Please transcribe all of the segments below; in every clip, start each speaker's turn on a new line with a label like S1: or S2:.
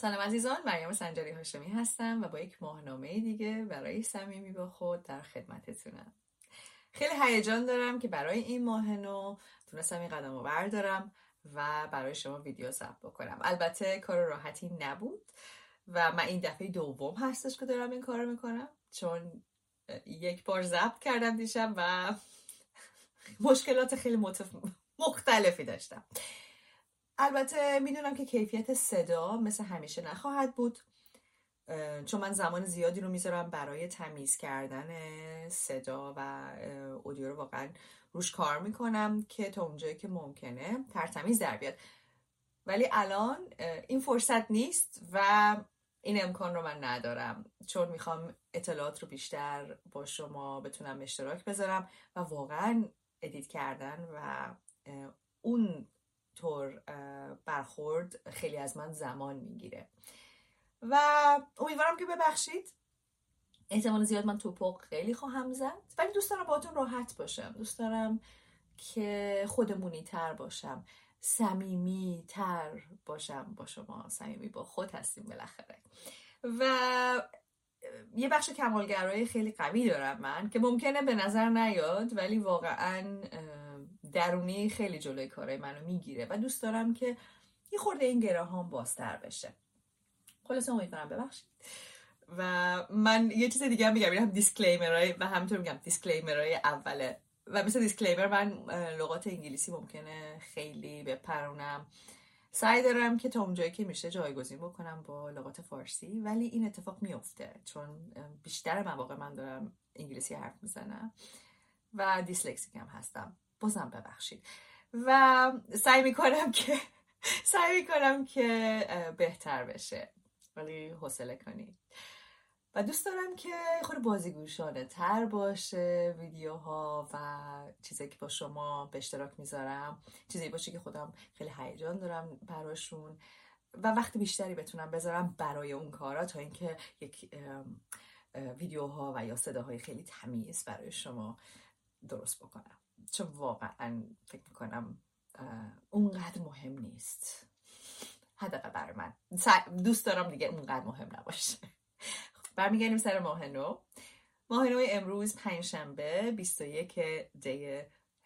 S1: سلام عزیزان، مریم سنجاری هاشمی هستم و با یک ماهنامه دیگه برای صمیمی با خود در خدمتتونم. خیلی هیجان دارم که برای این ماه نو تونستم این قدم رو بردارم و برای شما ویدیو ضبط بکنم. البته کار راحتی نبود و من این دفعه دوم هستش که دارم این کار رو میکنم، چون یک بار ضبط کردم دیشب و مشکلات خیلی مختلفی داشتم. البته میدونم که کیفیت صدا مثل همیشه نخواهد بود، چون من زمان زیادی رو میذارم برای تمیز کردن صدا و اودیو رو واقعا روش کار میکنم که تا اونجایی که ممکنه ترتمیز در بیاد. ولی الان این فرصت نیست و این امکان رو من ندارم، چون میخوام اطلاعات رو بیشتر با شما بتونم اشتراک بذارم و واقعا ادیت کردن و اون طور برخورد خیلی از من زمان میگیره و امیدوارم که ببخشید. احتمال زیاد من توپق خیلی خواهم زد، ولی دوست دارم باهاتون راحت باشم، دوست دارم که خودمونی تر باشم، صمیمی تر باشم با شما. صمیمی با خود هستیم بالاخره. و یه بخش کمالگرایی خیلی قوی دارم من که ممکنه به نظر نیاد، ولی واقعا درونی خیلی جلوی کارهای منو میگیره و دوست دارم که یه خورده این گره هام بازتر بشه. خلاصه امیدوارم ببخشید. و من یه چیز دیگه هم میگم، این هم دیسکلیمرهای و همینطور میگم دیسکلیمرهای اوله و مثل دیسکلیمر من لغات انگلیسی ممکنه خیلی بپرونم. سعی دارم که تا اونجایی که میشه جایگزین بکنم با لغات فارسی، ولی این اتفاق میفته چون بیشتر مواقع من دارم انگلیسی حرف میزنم و دیسلکسیک هم هستم. بازم ببخشید و سعی میکنم که بهتر بشه، ولی حوصله کنید. و دوست دارم که خود بازیگوشانه تر باشه ویدیوها و چیزایی که با شما به اشتراک میذارم، چیزایی باشه که خودم خیلی هیجان دارم براشون و وقت بیشتری بتونم بذارم برای اون کارا تا اینکه یک ویدیوها و یا صداهای خیلی تمیز برای شما درست بکنم، چون واقعا فکر میکنم اونقدر مهم نیست. حداقل برای من دوست دارم دیگه اونقدر مهم نباشه. برمیگردیم سر ماه نو. ماه نو امروز پنجشنبه 21 دی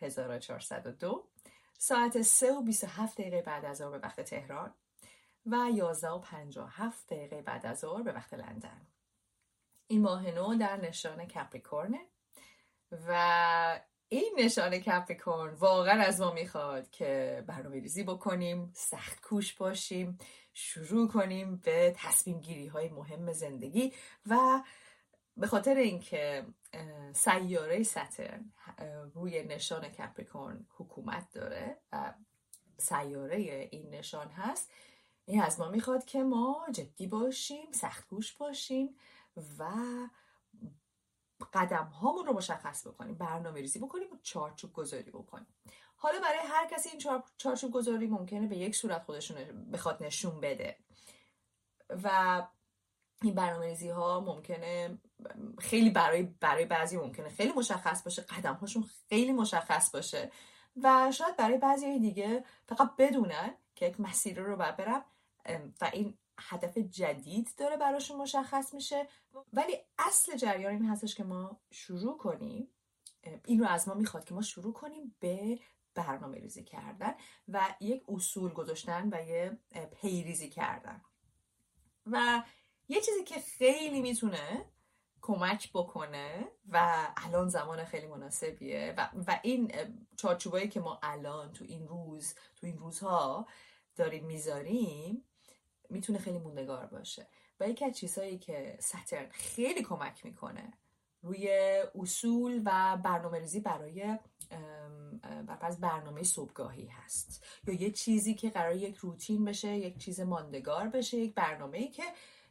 S1: 1402 ساعت 3:27 بعد از ظهر به وقت تهران و 11:57 بعد از ظهر به وقت لندن. این ماه نو در نشان کپریکورنه و این نشان کپریکورن واقعا از ما میخواد که برنامه‌ریزی بکنیم، سخت کوش باشیم، شروع کنیم به تصمیم گیری های مهم زندگی و به خاطر اینکه سیاره ساترن روی نشان کپریکورن حکومت داره و سیاره این نشان هست، این از ما میخواد که ما جدی باشیم، سخت کوش باشیم و قدم هامون رو مشخص بکنیم، برنامه ریزی بکنیم و چارچوب گذاری بکنیم. حالا برای هر کسی این چارچوب گذاری ممکنه به یک صورت خودشون بخواد نشون بده و این برنامه ریزی ها ممکنه خیلی برای بعضی ممکنه خیلی مشخص باشه، قدم هاشون خیلی مشخص باشه و شاید برای بعضی دیگه فقط بدونن که یک مسیر رو باید برم و این هدف جدید داره براشون مشخص میشه، ولی اصل جریان این هستش که ما شروع کنیم. این رو از ما میخواد که ما شروع کنیم به برنامه ریزی کردن و یک اصول گذاشتن و یه پیریزی کردن. و یه چیزی که خیلی میتونه کمک بکنه و الان زمان خیلی مناسبیه و این چارچوبایی که ما الان تو این روزها داریم میذاریم میتونه خیلی موندگار باشه و یکی از چیزهایی که ساترن خیلی کمک میکنه روی اصول و برنامه‌ریزی برای برنامه صبحگاهی هست، یا یه چیزی که قرار یک روتین بشه، یک چیز ماندگار بشه، یک برنامه‌ای که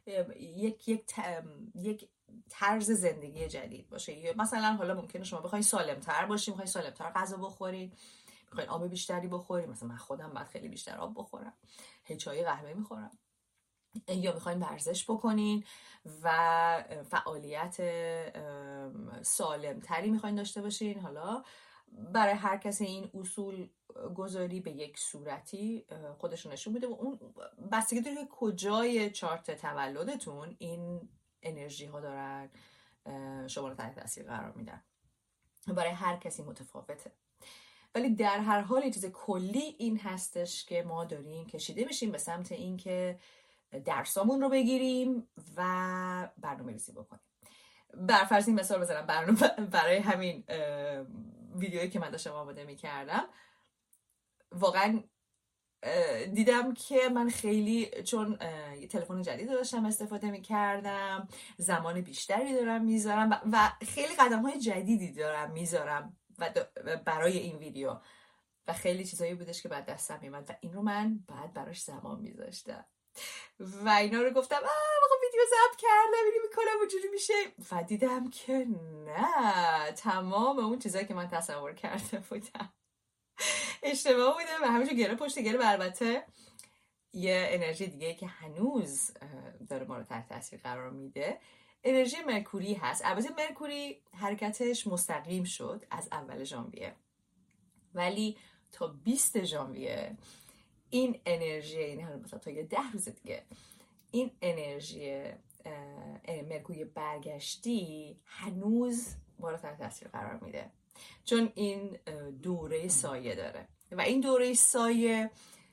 S1: یک طرز زندگی جدید باشه. مثلا حالا ممکنه شما بخواید سالم‌تر باشید، بخواید سالم‌تر غذا بخورید، بخواید آب بیشتری بخورید. مثلا من خودم باید خیلی بیشتر آب بخورم، چای قهوه میخورم. یا میخواین ورزش بکنین و فعالیت سالمتری میخواین داشته باشین، حالا برای هر کسی این اصول گذاری به یک صورتی خودشون نشون میده و اون بستگی داره که کجای چارت تولدتون این انرژی ها دارن شما رو تحت تاثیر قرار میدن. برای هر کسی متفاوته، ولی در هر حال یه چیز کلی این هستش که ما داریم کشیده میشیم به سمت این که درسامون رو بگیریم و برنامه ریزی بکنیم. برفرض این مثال بزنم برای همین ویدیویی که من داشتم آماده میکردم، واقعا دیدم که من خیلی چون یه تلفن جدید داشتم استفاده میکردم، زمان بیشتری دارم میذارم و خیلی قدم های جدیدی دارم میذارم و برای این ویدیو و خیلی چیزایی بودش که بعد دستم میمد و این رو من بعد براش زمان میذاشتم و اینا رو گفتم ویدیو ضبط کردم اینو میکنم اونجوری میشه و دیدم که نه، تمام اون چیزایی که من تصور کرده بودم اشتباه بوده و همینجور گره پشت گره. و البته یه انرژی دیگه که هنوز داره ما رو تحت تاثیر قرار میده انرژی مرکوری هست. البته مرکوری حرکتش مستقیم شد از اول ژانویه، ولی تا 20 ژانویه این انرژی، این حالا مثلا تا یه 10 روز دیگه این انرژی مرکوری برگشتی هنوز ما رو تحت تاثیر قرار میده، چون این دوره سایه داره و این دوره سایه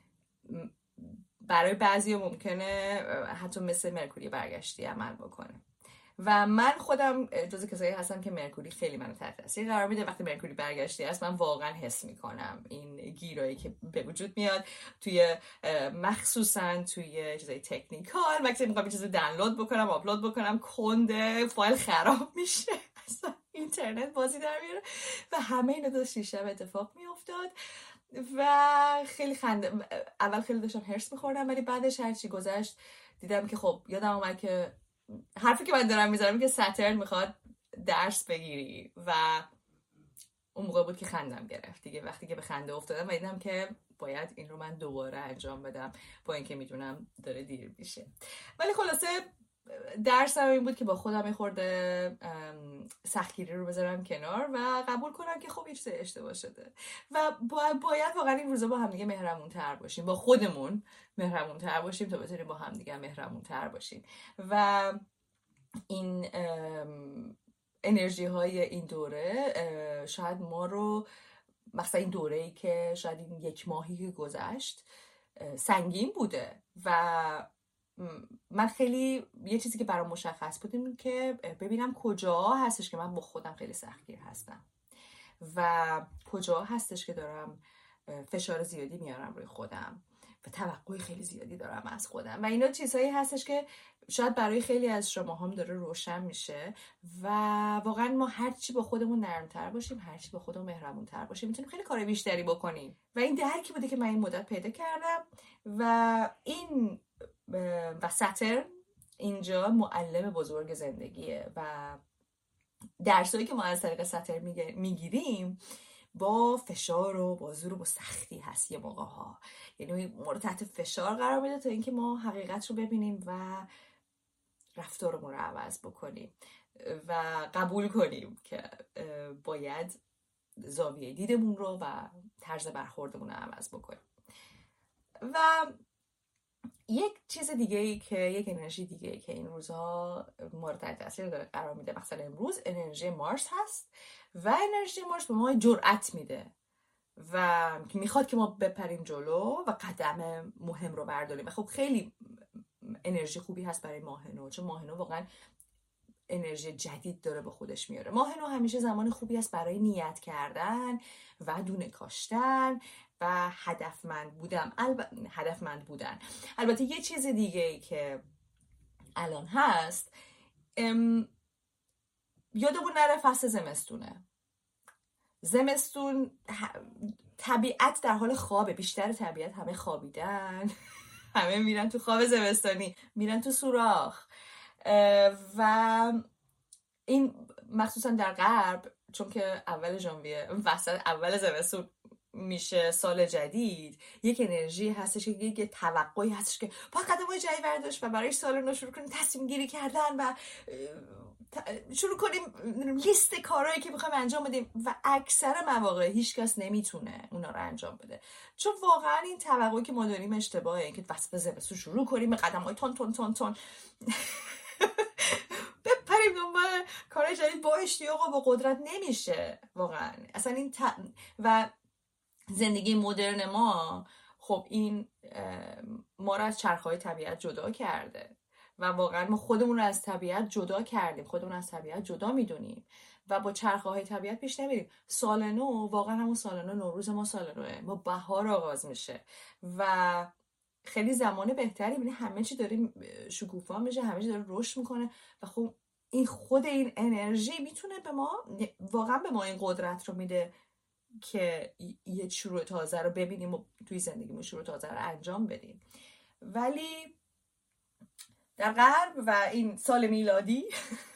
S1: برای بعضی ممکنه حتی مثل مرکوری برگشتی عمل بکنه و من خودم جز کسایی هستم که مرکوری خیلی منو تحت تاثیر قرار میده. وقتی مرکوری برگشتی هست من واقعا حس میکنم این گیرایی که به وجود میاد توی مخصوصا توی چیزای تکنیکال، وقتی میخوام چیزی دانلود بکنم آپلود بکنم کنده فایل خراب میشه اینترنت بازی در میاره و همه اینا داشت شب اتفاق میافتاد و خیلی خنده. اول خیلی داشتم هرس میخوردم ولی بعدش هرچی گذشت دیدم که خب یادم اومد که حرفی که من دارم میذارم که ساترن میخواد درس بگیری و اون موقع بود که خندم گرفت دیگه، وقتی که به خنده افتادم و دیدم که باید این رو من دوباره انجام بدم با اینکه میدونم داره دیر میشه. ولی خلاصه درسم این بود که با خودم خورده سختگیری رو بذارم کنار و قبول کنم که خب یه چیز اشتباه شده و باید واقعا این روزا با هم دیگه مهربون تر باشیم، با خودمون مهربون تر باشیم تا بتونیم با هم دیگه مهربون تر باشیم و این انرژی های این دوره شاید ما رو مثلا این دوره‌ای که شاید این 1 ماهی که گذشت سنگین بوده و من خیلی یه چیزی که برام مشخص بود این که ببینم کجا هستش که من با خودم خیلی سختگیر هستم و کجا هستش که دارم فشار زیادی میارم روی خودم و توقع خیلی زیادی دارم از خودم و اینا چیزهایی هستش که شاید برای خیلی از شما هم داره روشن میشه و واقعا ما هرچی با خودمون نرمتر باشیم، هرچی با خودمون مهربونتر باشیم میتونیم خیلی کار بیشتری بکنیم و این درکی بوده که من این مدت پیدا کردم و این و ساترن اینجا معلم بزرگ زندگیه و درسایی که ما از طریق ساترن میگیریم با فشار و با زور و با سختی هست یه موقع ها، یعنی ما رو تحت فشار قرار میده تا اینکه ما حقیقت رو ببینیم و رفتارمون رو عوض بکنیم و قبول کنیم که باید زاویه دیدمون رو و طرز برخوردمون رو عوض بکنیم. و یک چیز دیگه ای که یک انرژی دیگه ای که این روزها ما رو تحت تاثیر داره قرار میده، مثلا امروز انرژی مارس هست و انرژی مارس به ما جرأت میده و میخواد که ما بپریم جلو و قدم مهم رو برداریم و خب خیلی انرژی خوبی هست برای ماه نو، چون ماه نو واقعا انرژی جدید داره با خودش میاره. ماه نو همیشه زمان خوبی است برای نیت کردن و دونه کاشتن و هدفمند بودن. البته یه چیز دیگه ای که الان هست یادمون نره فصل زمستون طبیعت در حال خوابه، بیشتر طبیعت همه خوابیدن همه میرن تو خواب زمستانی، میرن تو سوراخ و این مخصوصا در غرب چون که اول ژانویه وسط اول زمستون میشه سال جدید، یک انرژی هستش که یک توقعی هستش که با قدم‌های جدید برداشت و برای سال نو شروع کنیم تصمیم گیری کردن و شروع کنیم لیست کارهایی که میخوایم انجام بدیم و اکثر مواقع هیچکس نمیتونه اونا رو انجام بده، چون واقعا این توقعی که ما داریم اشتباهه که وسط زمستون شروع کنیم به قدم‌های تون تون تون تون بپریم دنبال کارهای جدید با اشتیاق و با قدرت. نمیشه واقعا اصلا این و زندگی مدرن ما خب این ما رو از چرخهای طبیعت جدا کرده و واقعا ما خودمون رو از طبیعت جدا کردیم، خودمون از طبیعت جدا میدونیم و با چرخهای طبیعت پیش نمیریم. سال نو واقعا همون سال نو، نوروز ما سال نوه، ما بهار آغاز میشه و خیلی زمان بهتری، یعنی همه چی داره شکوفا میشه، همه چی داره رشد میکنه و خب این خود این انرژی میتونه به ما واقعا به ما این قدرت رو میده که یه شروع تازه رو ببینیم و توی زندگیمون شروع تازه رو انجام بدیم. ولی در غرب و این سال میلادی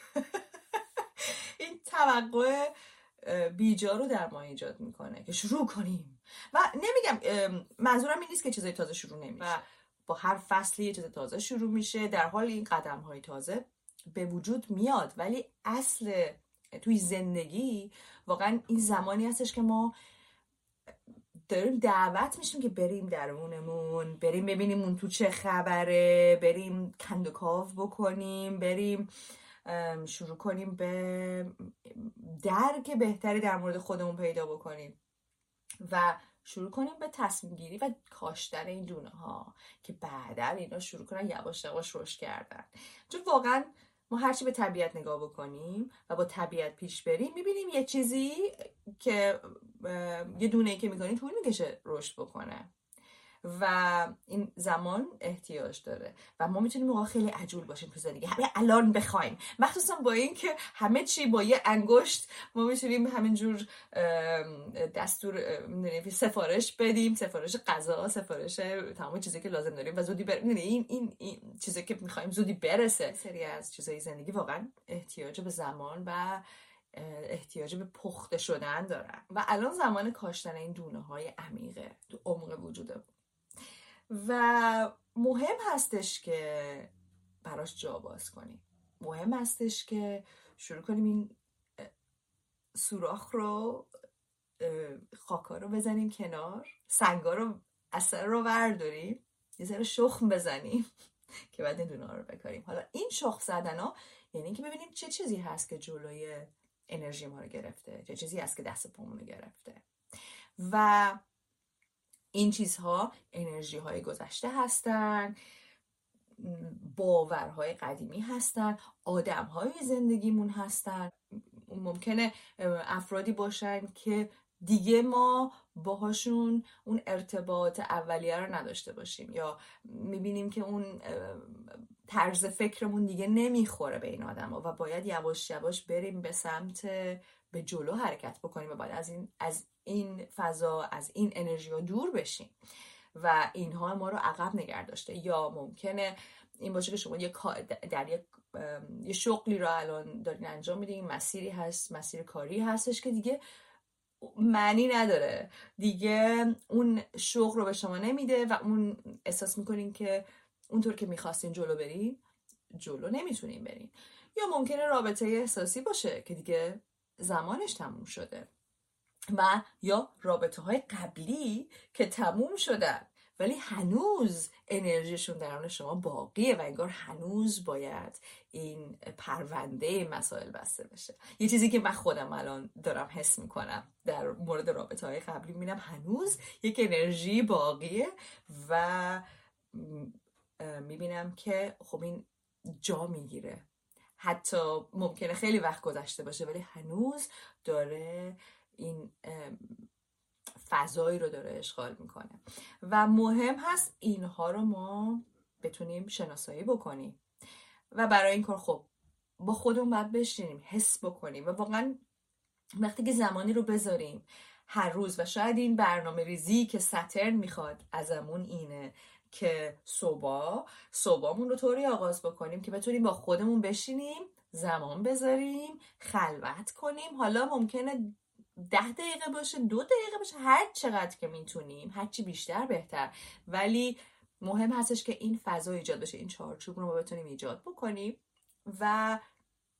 S1: این توقع بیجا رو در ما ایجاد میکنه که شروع کنیم و نمیگم منظورم این نیست که چیزای تازه شروع نمیشه و با هر فصلی یه چیز تازه شروع میشه، در حال این قدم های تازه به وجود میاد، ولی اصل توی زندگی واقعا این زمانی هستش که ما داریم دعوت میشیم که بریم درونمون، بریم ببینیم اون تو چه خبره، بریم کندوکاو بکنیم، بریم شروع کنیم به درک بهتری در مورد خودمون پیدا بکنیم و شروع کنیم به تصمیم گیری و کاشتن این دونه ها که بعدا اینا شروع کنن یواش یواش رشد کردن. چون واقعا ما هرچی به طبیعت نگاه بکنیم و با طبیعت پیش بریم میبینیم یه چیزی که یه دونه‌ای که میکنیم طول میکشه رشد بکنه و این زمان احتیاج داره و ما میتونیم موقع خیلی عجول باشیم تو زندگی، همه الان بخوایم، مخصوصا با این که همه چی با یه انگشت ما میتونیم همینجور دستور سفارش بدیم، سفارش غذا، سفارش تمام چیزی که لازم داریم و زودی این چیزی که میخوایم زودی برسه. سری از چیزای زندگی واقعا احتیاج به زمان و احتیاج به پخته شدن دارن و الان زمان کاشتن این دونه های عمیقه تو عمق وجوده و مهم هستش که براش جا باز کنیم، مهم هستش که شروع کنیم این سوراخ رو، خاکا رو بزنیم کنار، سنگا رو اثر رو برداریم، یه ذره شخم بزنیم که بعد این دونه ها رو بکاریم. حالا این شخم زدن ها یعنی که ببینیم چه چیزی هست که جلوی انرژی ما رو گرفته، چه چیزی هست که دست پامون رو گرفته و این چیزها انرژی های گذشته هستن، باورهای قدیمی هستن، آدم های زندگیمون هستن. ممکنه افرادی باشن که دیگه ما باهاشون اون ارتباط اولیه رو نداشته باشیم یا میبینیم که اون طرز فکرمون دیگه نمیخوره به این آدم ها و باید یواش یواش بریم به سمت به جلو حرکت بکنیم و باید از این فضا، از این انرژی ها دور بشیم و اینها ما رو عقب نگه داشته. یا ممکنه این باشه که شما در یه شغلی رو الان دارین انجام میدین، مسیری هست، مسیر کاری هستش که دیگه معنی نداره، دیگه اون شغل رو به شما نمیده و اون احساس میکنین که اونطور که میخواستین جلو برین جلو نمیتونین برین. یا ممکنه رابطه احساسی باشه که دیگه زمانش تموم شده و یا رابطه های قبلی که تموم شدن ولی هنوز انرژیشون درون شما باقیه و انگار هنوز باید این پرونده مسائل بسته بشه. یه چیزی که من خودم الان دارم حس میکنم در مورد رابطه های قبلی، میبینم هنوز یک انرژی باقیه و میبینم که خب این جا میگیره، حتی ممکنه خیلی وقت گذشته باشه ولی هنوز داره این فضایی رو داره اشغال میکنه و مهم هست اینها رو ما بتونیم شناسایی بکنیم و برای این کار خب با خودمون باید بشینیم، حس بکنیم و واقعا وقتی که زمانی رو بذاریم هر روز و شاید این برنامه ریزی که ساترن میخواد ازمون اینه که صبحمون رو طوری آغاز بکنیم که بتونیم با خودمون بشینیم، زمان بذاریم، خلوت کنیم. حالا ممکنه 10 دقیقه باشه، 2 دقیقه باشه، هر چقدر که میتونیم، هرچی بیشتر بهتر، ولی مهم هستش که این فضا ایجاد بشه، این چارچوب رو ما بتونیم ایجاد بکنیم و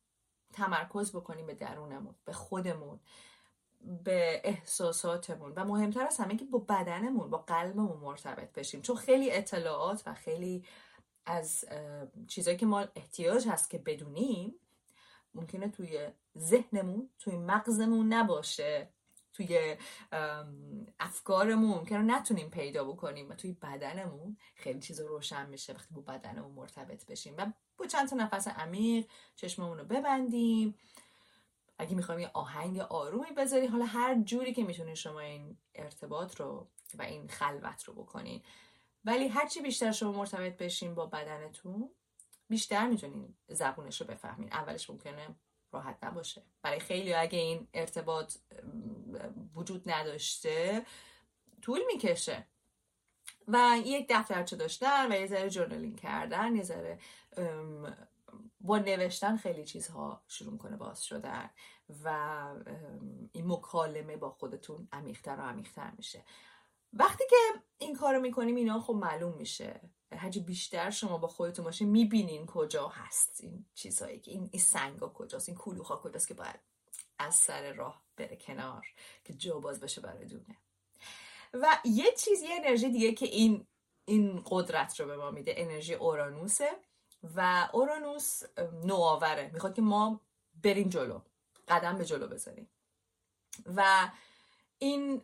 S1: تمرکز بکنیم به درونمون، به خودمون، به احساساتمون و مهمتر از همه که با بدنمون، با قلبمون مرتبط بشیم. چون خیلی اطلاعات و خیلی از چیزایی که ما احتیاج هست که بدونیم ممکنه توی ذهنمون، توی مغزمون نباشه، توی افکارمون ممکنه نتونیم پیدا بکنیم و توی بدنمون خیلی چیزا روشن میشه وقتی با بدنمون مرتبط بشیم و با چند تا نفس عمیق چشممون رو ببندیم. اگه میخوایم یه آهنگ آرومی بذاری، حالا هر جوری که میتونین شما این ارتباط رو و این خلوت رو بکنین، ولی هرچی بیشتر شما مرتبط بشین با بدنتون بیشتر میتونین زبونش رو بفهمین. اولش ممکنه راحت نباشه برای خیلی، اگه این ارتباط وجود نداشته طول میکشه و یک دفترچه داشتن و یه ذره جورنالینگ کردن، یه ذره با نوشتن خیلی چیزها شروع کنه باز شدن و این مکالمه با خودتون عمیق‌تر و عمیق‌تر میشه. وقتی که این کارو میکنیم اینا خب معلوم میشه. هرچی بیشتر شما با خودتون باشین میبینین کجا هست این چیزهایی که این سنگا کجاست، این کلوخا کجاست که باید از سر راه بره کنار که جا باز بشه برای دونه. و یه انرژی دیگه که این قدرت رو به ما میده انرژی اورانوسه و اورانوس نوآوره، میخواد که ما بریم جلو، قدم به جلو بذاریم و این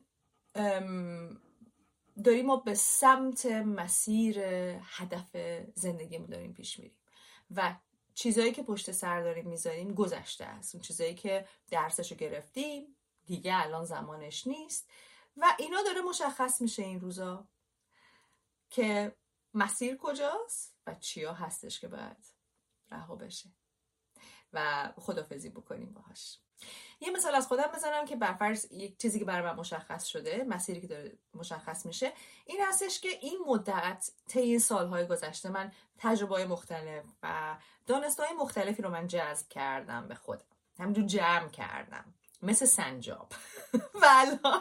S1: داریم ما به سمت مسیر هدف زندگیمون داریم پیش میریم و چیزایی که پشت سر داریم میذاریم گذشته است. اون چیزایی که درسشو گرفتیم دیگه الان زمانش نیست و اینا داره مشخص میشه این روزا که مسیر کجاست و چیا هستش که باید رها بشه و خدافظی بکنیم باهاش. یه مثال از خودم بزنم که برفرض یک چیزی که برای من مشخص شده، مسیری که داره مشخص میشه این هستش که این مدت طی سالهای گذشته من تجربه‌های مختلف و دانسته‌های مختلفی رو من جذب کردم به خودم، همینجور جمع کردم مثل سنجاب و الان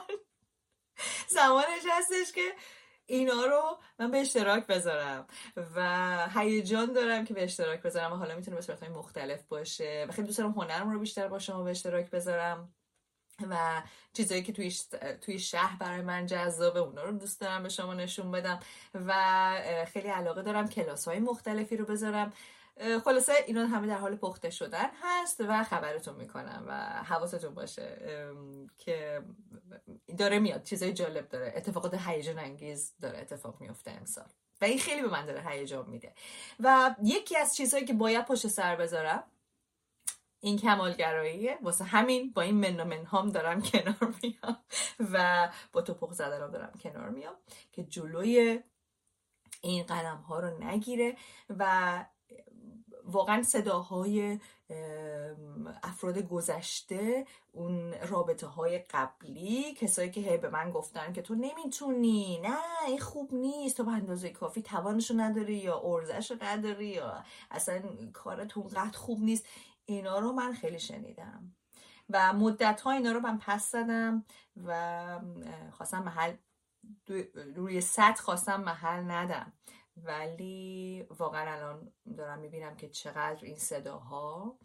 S1: زمانش هستش که اینا رو من به اشتراک بذارم و هیجان دارم که به اشتراک بذارم و حالا میتونه به صورت‌های مختلف باشه و خیلی دوست دارم هنرم رو بیشتر با شما به اشتراک بذارم و چیزایی که توی شهر برای من جذابه اونا رو دوست دارم به شما نشون بدم و خیلی علاقه دارم کلاس‌های مختلفی رو بذارم. خلاصه اینا همه در حال پخته شدن هست و خبرتون میکنم و حواستون باشه که داره میاد، چیزای جالب داره، اتفاقات هیجان انگیز داره اتفاق میفته امسال و این خیلی به من داره هیجان میده. و یکی از چیزهایی که باید پشت سر بذارم این کمالگراییه، واسه همین با این من و منهام دارم کنار میام و با توپق زدنم دارم کنار میام که جلوی این قدم ها رو نگیره و واقعا صداهای افراد گذشته، اون رابطه های قبلی، کسایی که هی به من گفتن که تو نمیتونی، نه این خوب نیست، تو به اندازه کافی توانشو نداری یا ارزشو نداری یا اصلا کارت اونقدر خوب نیست، اینا رو من خیلی شنیدم و مدت‌ها اینا رو من پس زدم و خواستم محل روی سطح خواستم محل ندم، ولی واقعا الان دارم میبینم که چقدر این صداها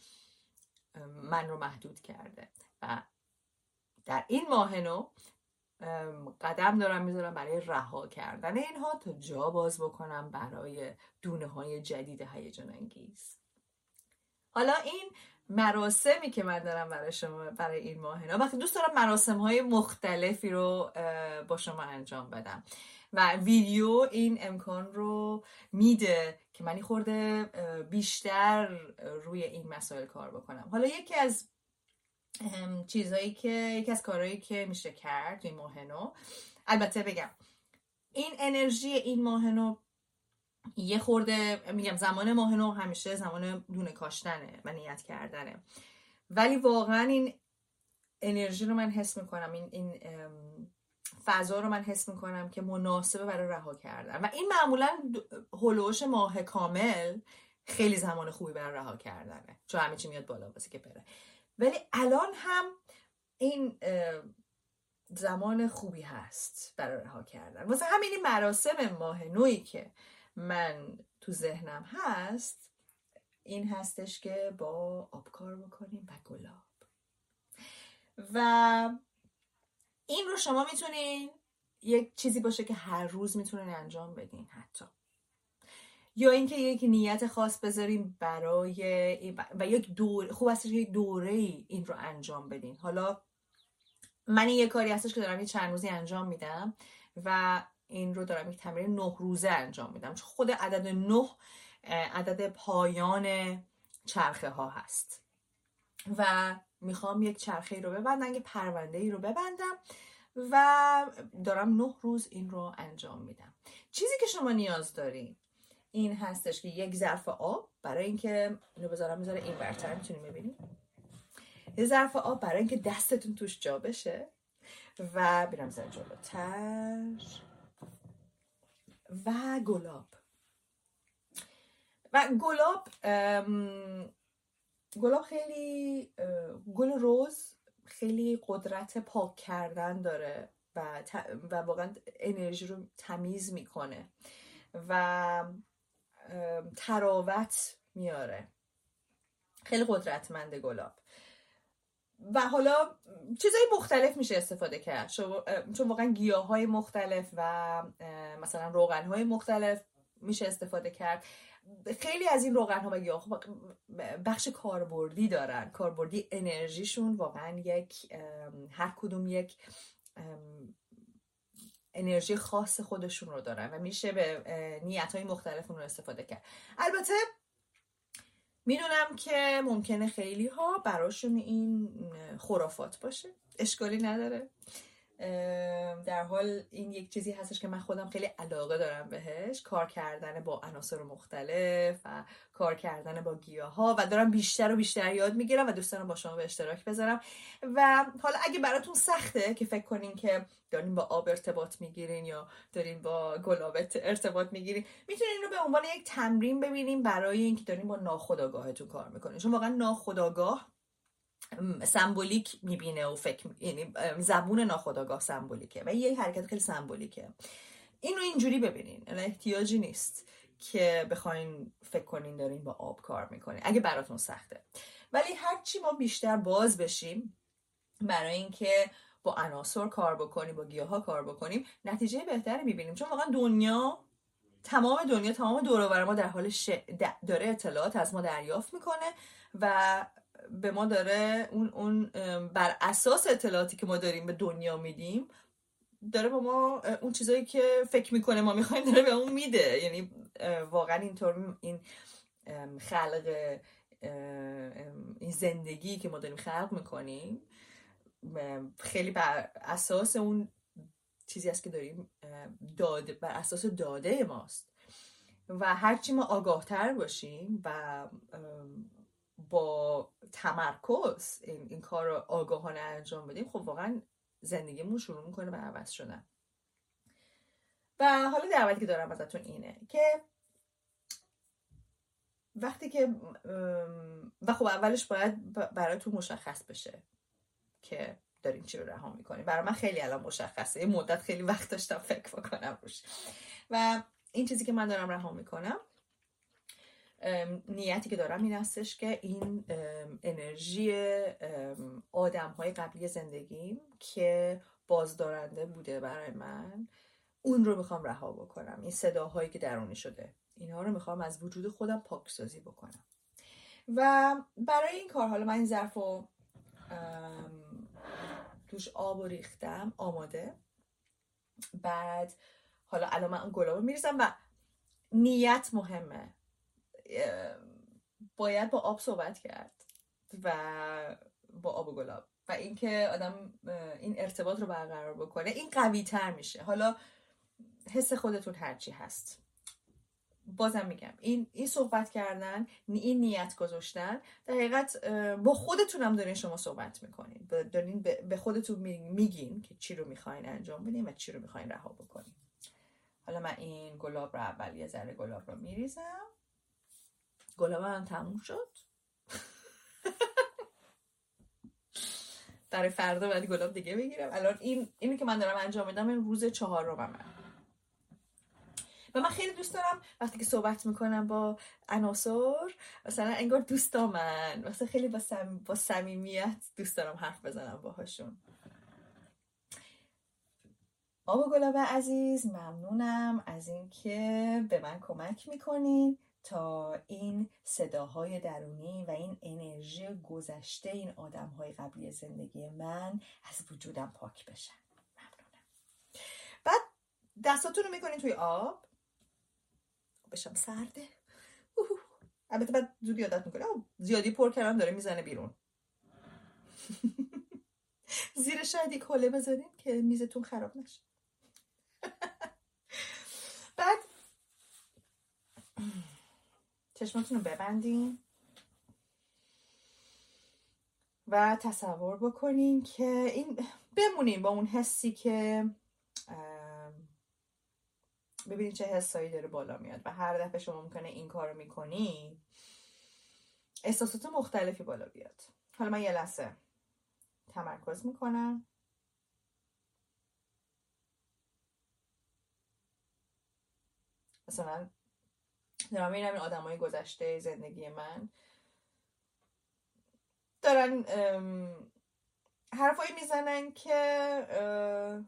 S1: من رو محدود کرده و در این ماه نو قدم دارم میذارم برای رها کردن اینها تا جا باز بکنم برای دونه های جدید هیجان انگیز. حالا این مراسمی که من دارم برای شما برای این ماه نو، وقتی دوست دارم مراسم های مختلفی رو با شما انجام بدم و ویدیو این امکان رو میده که من خورده بیشتر روی این مسائل کار بکنم. حالا یکی از کارهایی که میشه کرد این ماه نو، البته بگم این انرژی این ماه نو یه خورده، میگم زمان ماه نو همیشه زمان دونه کاشتنه و نیت کردنه، ولی واقعا این انرژی رو من حس میکنم، این فضا رو من حس میکنم که مناسبه برای رها کردن و این معمولا هلوش ماه کامل خیلی زمان خوبی برای رها کردنه چون همه چی میاد بالا واسه که بره، ولی الان هم این زمان خوبی هست برای رها کردن. واسه همین مراسم ماه نویی که من تو ذهنم هست این هستش که با آب کار بکنیم و گلاب. و این رو شما میتونین یک چیزی باشه که هر روز میتونین انجام بدین حتی، یا اینکه یک نیت خاص بذارین برای و یک دوره خوب هستش که یک دوره ای این رو انجام بدین. حالا من یه کاری هستش که دارم یه چند روزی انجام میدم و این رو دارم یک تمرین 9 روزه انجام میدم، چون خود عدد 9 عدد پایان چرخه ها هست و میخوام یک چرخه ای رو ببندم، یک پرونده ای رو ببندم و دارم 9 روز این رو انجام میدم. چیزی که شما نیاز دارین این هستش که یک ظرف آب، برای اینکه اینو بذارم این برتر میتونیم ببینیم، یه ظرف آب برای اینکه دستتون توش جا بشه و بیرم زن جلوتر و گلاب. و گلاب خیلی گل رز خیلی قدرت پاک کردن داره و واقعا انرژی رو تمیز میکنه و تراوت میاره، خیلی قدرتمنده گلاب. و حالا چیزای مختلف میشه استفاده کرد، چون واقعا گیاهای مختلف و مثلا روغنهای مختلف میشه استفاده کرد. خیلی از این روغنها و گیاها بخش کاربردی دارن، کاربردی انرژیشون واقعا هر کدوم یک انرژی خاص خودشون رو دارن و میشه به نیت‌های مختلف اون رو استفاده کرد. البته میدونم که ممکنه خیلی ها براشون این خرافات باشه، اشکالی نداره. در حال این یک چیزی هستش که من خودم خیلی علاقه دارم بهش، کار کردن با عناصر مختلف و کار کردن با گیاها و دارم بیشتر و بیشتر یاد میگیرم و دوست دارم با شما به اشتراک بذارم. و حالا اگه براتون سخته که فکر کنین که دارین با آب ارتباط میگیرین یا دارین با گلاب ارتباط میگیرین، میتونین این رو به عنوان یک تمرین ببینین برای اینکه دارین با ناخودآگاهتون کار میکنین، چون واقعا ناخودآگاه سمبولیک میبینه و یعنی زبون ناخودآگاه سمبولیکه و یه حرکت خیلی سمبولیکه. این رو اینجوری ببینین، احتیاجی نیست که بخواین فکر کنین دارین با آب کار میکنین اگه براتون سخته. ولی هرچی ما بیشتر باز بشیم برای اینکه با عناصر کار بکنیم، با گیاها کار بکنیم، نتیجه بهتری میبینیم. چون واقعا تمام دور و بر ما در حال داره اطلاعات از ما دریافت میکنه و به ما داره اون بر اساس اطلاعاتی که ما داریم به دنیا میدیم، داره به ما اون چیزایی که فکر میکنه ما میخوایم داره به اون میده. یعنی واقعا اینطور این خلق این زندگی که ما داریم خلق میکنیم خیلی بر اساس اون چیزی است که داریم بر اساس داده ماست و هرچی ما آگاهتر باشیم و با تمرکز این کار رو آگاهانه انجام بدیم، خب واقعا زندگیمون شروع میکنه به عوض شدن. و حالا دعوتی که دارم ازتون اینه که وقتی که و خب اولش باید براتون مشخص بشه که دارین چی رو رها میکنین. برای من خیلی الان مشخصه، یه مدت خیلی وقت داشتم فکر بکنم روش. و این چیزی که من دارم رها میکنم، نیتی که دارم این هستش که این انرژی آدم‌های قبلی زندگیم که بازدارنده بوده برای من، اون رو میخوام رها بکنم. این صداهایی که درونی شده، اینها رو میخوام از وجود خودم پاکسازی بکنم. و برای این کار حالا من این ظرف رو توش آب ریختم آماده. بعد حالا الان من اون گلاب رو میریزم و نیت مهمه. باید با آب صحبت کرد و با آب و گلاب و اینکه آدم این ارتباط رو برقرار بکنه، این قوی تر میشه. حالا حس خودتون هرچی هست، بازم میگم این صحبت کردن، این نیت گذاشتن، در حقیقت با خودتون هم دارین شما صحبت میکنین، دارین به خودتون میگین که چی رو میخواین انجام بدین و چی رو میخواین رها بکنین. حالا من این گلاب رو اول یه ذره گلاب رو میریزم. گلاب هم تموم شد. برای فردا باید گلاب دیگه بگیرم. الان اینی که من دارم انجام میدم این روز 4 من. و من خیلی دوست دارم وقتی که صحبت میکنم با عناصر، مثلا انگار دوستامن، مثلا خیلی با صمیمیت دوست دارم حرف بزنم باهاشون. آب و گلاب عزیز، ممنونم از اینکه به من کمک میکنین تا این صداهای درونی و این انرژی گذشته این آدمهای قبلی زندگی من از وجودم پاک بشن. ممنونم. بعد دستاتون رو میکنین توی آب، بشم سرده. البته بعد زود یادت میکنه زیادی پر کردم داره میزنه بیرون. زیر شاید یک حوله بذارین که میزتون خراب نشه. بعد چشماتون رو ببندین و تصور بکنین که این بمونین با اون حسی که ببینید چه حسایی داره بالا میاد و هر دفعه شما ممکنه این کار رو میکنین احساسات مختلفی بالا بیاد. حالا من یه لحظه تمرکز میکنم. مثلا دارم میبینم این آدمای گذشته زندگی من دارن حرفایی میزنن که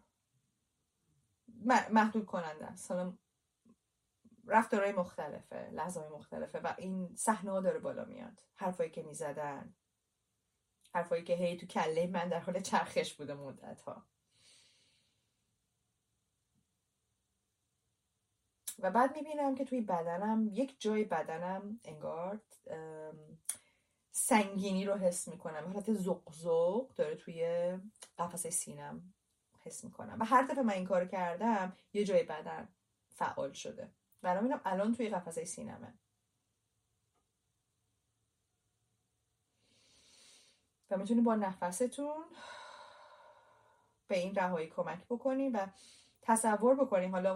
S1: محدود کننده است. حالا رفتارهای مختلفه، لحظه‌های مختلفه و این صحنه ها داره بالا میاد. حرفایی که میزدن، حرفایی که هی تو کله من در حال چرخش بوده مدت ها. و بعد میبینم که توی بدنم، یک جای بدنم انگار سنگینی رو حس میکنم. حالت زغزغ داره توی قفسه سینم حس میکنم و هر دفعه من این کار کردم یه جای بدن فعال شده و میبینم الان توی قفسه سینمه. و میتونی با نفستون به این رهایی کمک بکنی و تصور بکنی حالا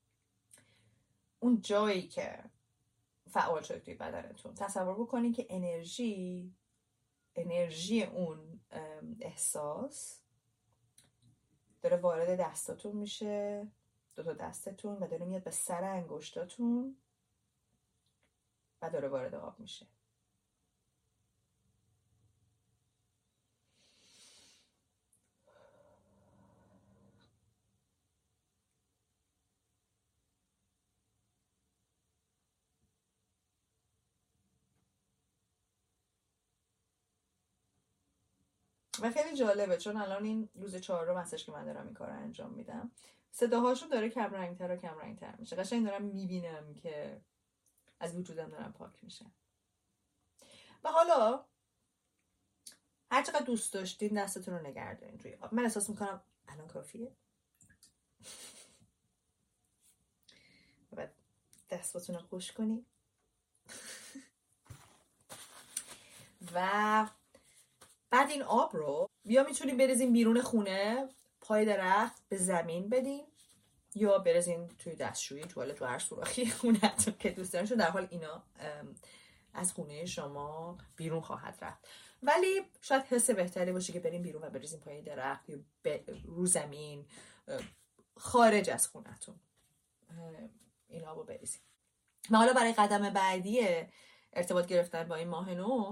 S1: اون جایی که فعال شده توی بدنتون، تصور بکنی که انرژی اون احساس داره وارد دستاتون میشه، دوتا دستتون، و داره میاد به سر انگشتاتون و داره وارد آب میشه. و خیلی جالبه چون الان این روز 4 هستش که من دارم این کار رو انجام میدم. صداهاشون داره کمرنگتر و کمرنگتر میشه. قشنگ دارم میبینم که از وجودم دارم پاک میشن. و حالا هر چقدر دوست داشتین دستتون رو نگه دارین توی آب. من احساس میکنم الان کافیه. و دستتون رو خوش کنین و بعد این آب رو یا میتونین بریزین بیرون خونه پای درخت به زمین بدین یا بریزین توی دستشویی، توالت و هر سوراخی خونه‌تون که دوست دارین، در حال اینا از خونه شما بیرون خواهد رفت. ولی شاید حس بهتری باشه که بریم بیرون و بریزین پای درخت یا رو زمین خارج از خونه‌تون این آبو بریزین. و حالا برای قدم بعدی ارتباط گرفتن با این ماه نو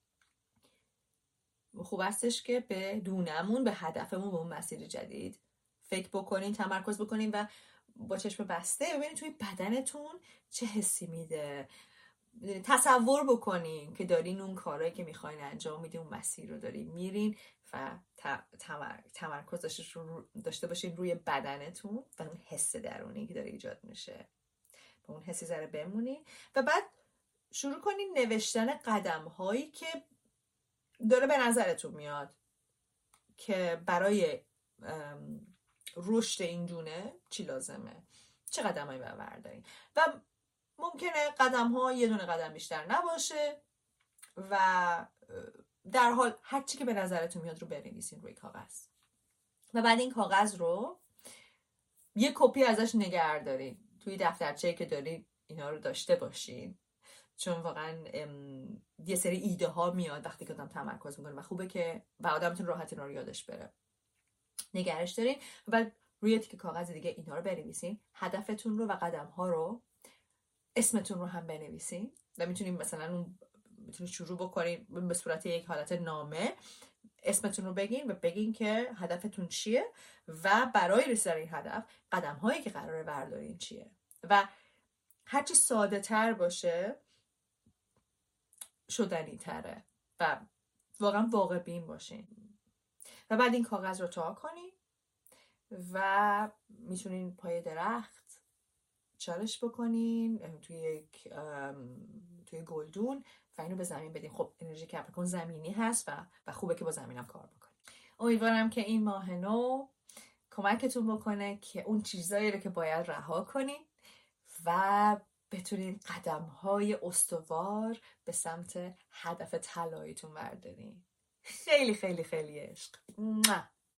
S1: خوب استش که به دونمون، به هدفمون، به اون مسیر جدید فکر بکنین، تمرکز بکنین و با چشم بسته ببینین توی بدنتون چه حسی میده. تصور بکنین که دارین اون کارهایی که میخواین انجام میدین، اون مسیر رو دارین میرین و تمرکز داشته باشین روی بدنتون و اون حس درونی که داره ایجاد میشه. با اون حسی ذره بمونین و بعد شروع کنین نوشتن قدم هایی که داره به نظرتون میاد که برای رشد این دونه چی لازمه، چه قدمایی باید بردارین. و ممکنه قدم ها یه دونه قدم بیشتر نباشه و در حال هر چی که به نظرتون میاد رو بنویسین روی کاغذ و بعد این کاغذ رو یه کپی ازش نگه دارین توی دفترچه‌ای که دارین اینا رو داشته باشین، چون واقعا یه سری ایده ها میاد وقتی که آدم تمرکز میکنه و خوبه که و آدم میتونه راحت اینا رو یادش بره. نگهش دارین و روی تیکه کاغذ دیگه اینا رو بنویسین، هدفتون رو و قدم ها رو، اسمتون رو هم بنویسین و میتونید مثلا میتونید شروع بکنید به صورت یک حالت نامه، اسمتون رو بگین و بگین که هدفتون چیه و برای رسیدن این هدف قدم هایی که قراره بردارین چیه. و هرچی ساده تر باشه شدنی تره و واقعا واقع بین باشین. و بعد این کاغذ رو تا کنین و میتونین پای درخت چالش بکنین توی گلدون و اینو به زمین بدین. خب انرژی کپریکورن زمینی هست و خوبه که با زمینم کار بکنین. امیدوارم که این ماه نو کمکتون بکنه که اون چیزایی رو که باید رها کنین و بتونین قدم‌های استوار به سمت هدف طلاییتون بردارین. خیلی خیلی خیلی عشق.